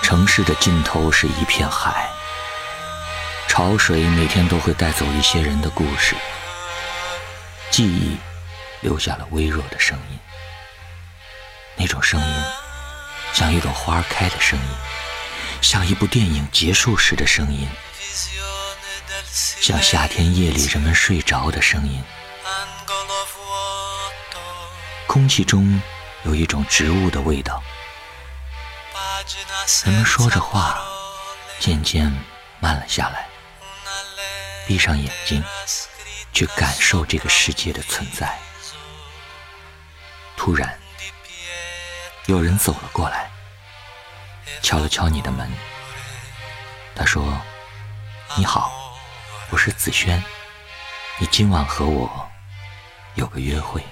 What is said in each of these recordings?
城市的尽头是一片海，潮水每天都会带走一些人的故事，记忆留下了微弱的声音，那种声音像一朵花开的声音，像一部电影结束时的声音，像夏天夜里人们睡着的声音。空气中有一种植物的味道，人们说着话渐渐慢了下来，闭上眼睛去感受这个世界的存在。突然有人走了过来，敲了敲你的门，他说：你好，我是子轩，你今晚和我有个约会。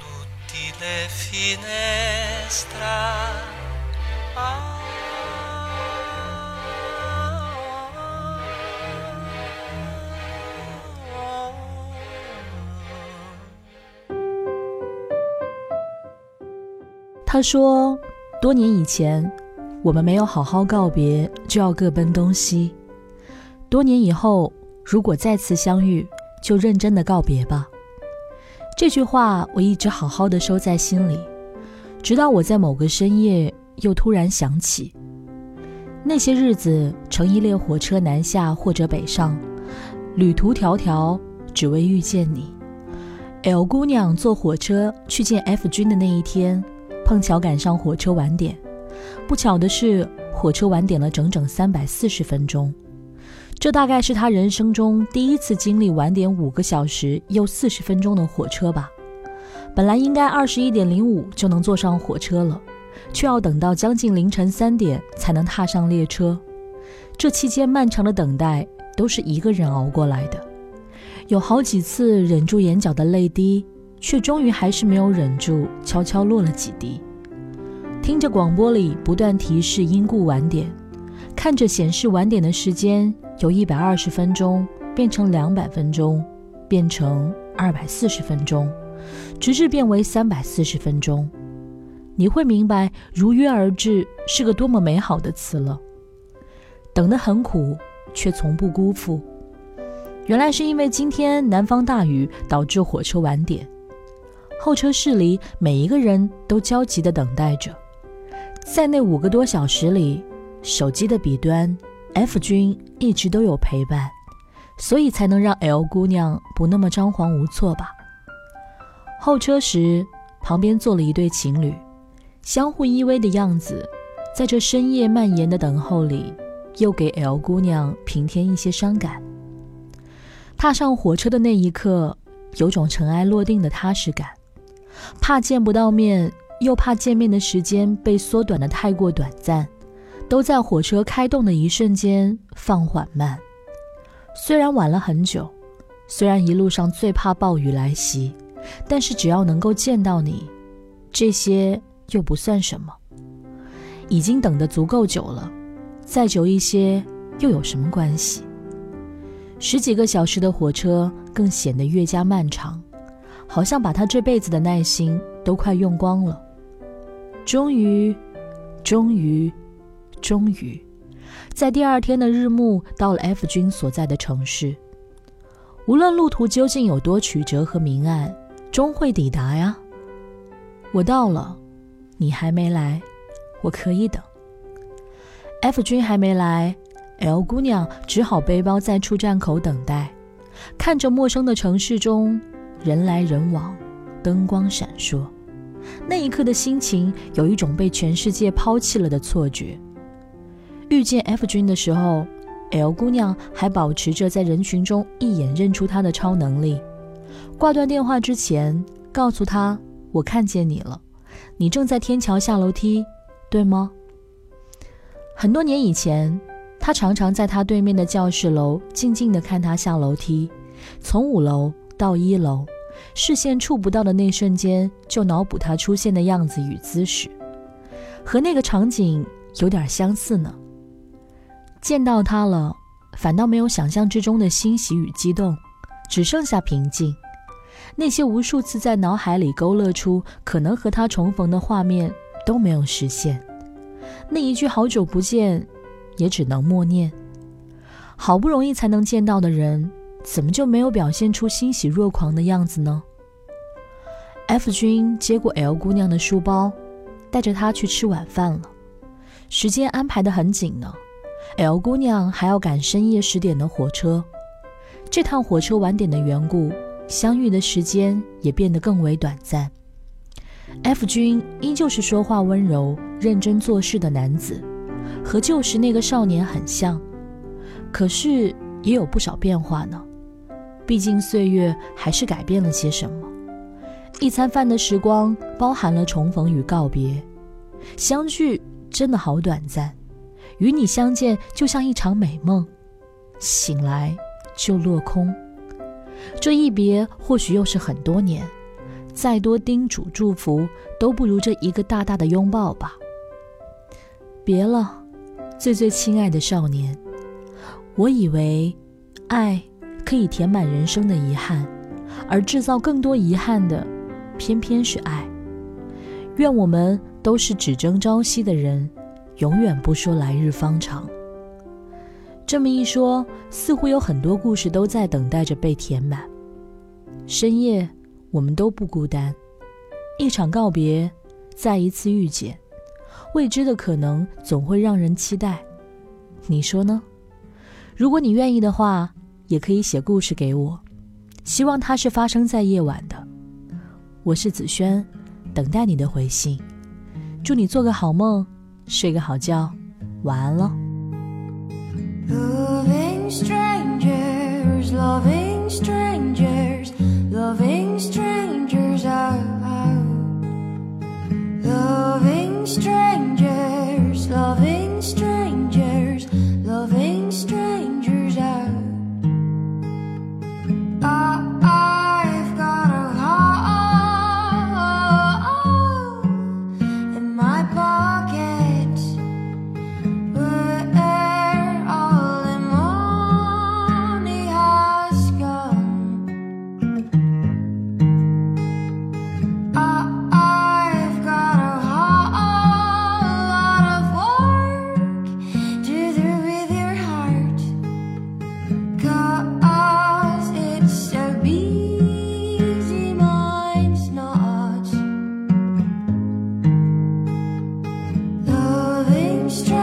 他说，多年以前我们没有好好告别，就要各奔东西。多年以后，如果再次相遇，就认真的告别吧。这句话我一直好好的收在心里，直到我在某个深夜又突然想起，那些日子乘一列火车南下或者北上，旅途迢迢，只为遇见你。L 姑娘坐火车去见 F 君的那一天，碰巧赶上火车晚点，不巧的是，火车晚点了整整340分钟。这大概是他人生中第一次经历晚点5个小时又40分钟的火车吧。本来应该21点05就能坐上火车了，却要等到将近凌晨3点才能踏上列车。这期间漫长的等待都是一个人熬过来的，有好几次忍住眼角的泪滴，却终于还是没有忍住，悄悄落了几滴。听着广播里不断提示因故晚点，看着显示晚点的时间由120分钟变成200分钟，变成240分钟，直至变为340分钟，你会明白如约而至是个多么美好的词了。等得很苦，却从不辜负。原来是因为今天南方大雨导致火车晚点，候车室里每一个人都焦急地等待着。在那5个多小时里，手机的彼端 F 君一直都有陪伴，所以才能让 L 姑娘不那么张皇无措吧。候车时旁边坐了一对情侣，相互依偎的样子，在这深夜蔓延的等候里，又给 L 姑娘平添一些伤感。踏上火车的那一刻，有种尘埃落定的踏实感，怕见不到面，又怕见面的时间被缩短得太过短暂，都在火车开动的一瞬间放缓慢。虽然晚了很久，虽然一路上最怕暴雨来袭，但是只要能够见到你，这些又不算什么。已经等得足够久了，再久一些又有什么关系？10几个小时的火车更显得越加漫长，好像把他这辈子的耐心都快用光了。终于在第2天的日暮到了 F 君所在的城市。无论路途究竟有多曲折和明暗，终会抵达呀。我到了，你还没来，我可以等。F 君还没来， L 姑娘只好背包在出站口等待，看着陌生的城市中人来人往，灯光闪烁。那一刻的心情有一种被全世界抛弃了的错觉。遇见 F 君的时候， L 姑娘还保持着在人群中一眼认出他的超能力。挂断电话之前告诉他，我看见你了，你正在天桥下楼梯，对吗？很多年以前，他常常在他对面的教室楼静静地看他下楼梯，从5楼到1楼，视线触不到的那瞬间就脑补他出现的样子与姿势，和那个场景有点相似呢。见到他了，反倒没有想象之中的欣喜与激动，只剩下平静。那些无数次在脑海里勾勒出可能和他重逢的画面都没有实现。那一句好久不见， 也只能默念。好不容易才能见到的人，怎么就没有表现出欣喜若狂的样子呢？ F 君接过 L 姑娘的书包，带着她去吃晚饭了。时间安排得很紧呢， L 姑娘还要赶深夜10点的火车。这趟火车晚点的缘故，相遇的时间也变得更为短暂。F 君依旧是说话温柔、认真做事的男子，和旧时那个少年很像，可是也有不少变化呢。毕竟岁月还是改变了些什么。一餐饭的时光包含了重逢与告别，相聚真的好短暂，与你相见就像一场美梦，醒来就落空。这一别或许又是很多年，再多叮嘱祝福都不如这一个大大的拥抱吧。别了，最最亲爱的少年，我以为爱可以填满人生的遗憾，而制造更多遗憾的偏偏是爱。愿我们都是只争朝夕的人，永远不说来日方长。这么一说，似乎有很多故事都在等待着被填满。深夜，我们都不孤单，一场告别，再一次遇见，未知的可能总会让人期待。你说呢？如果你愿意的话，也可以写故事给我，希望它是发生在夜晚的。我是子轩，等待你的回信。祝你做个好梦，睡个好觉，晚安了。 Loving strangers, loving strangers, loving strangers out. Loving strangers, loving strangers, loving strangers out. I've got a hole in my pocket where all the money has gone. I've got a whole lot of work to do with your heart, 'cause it's so busy, mine's not. Loving strangers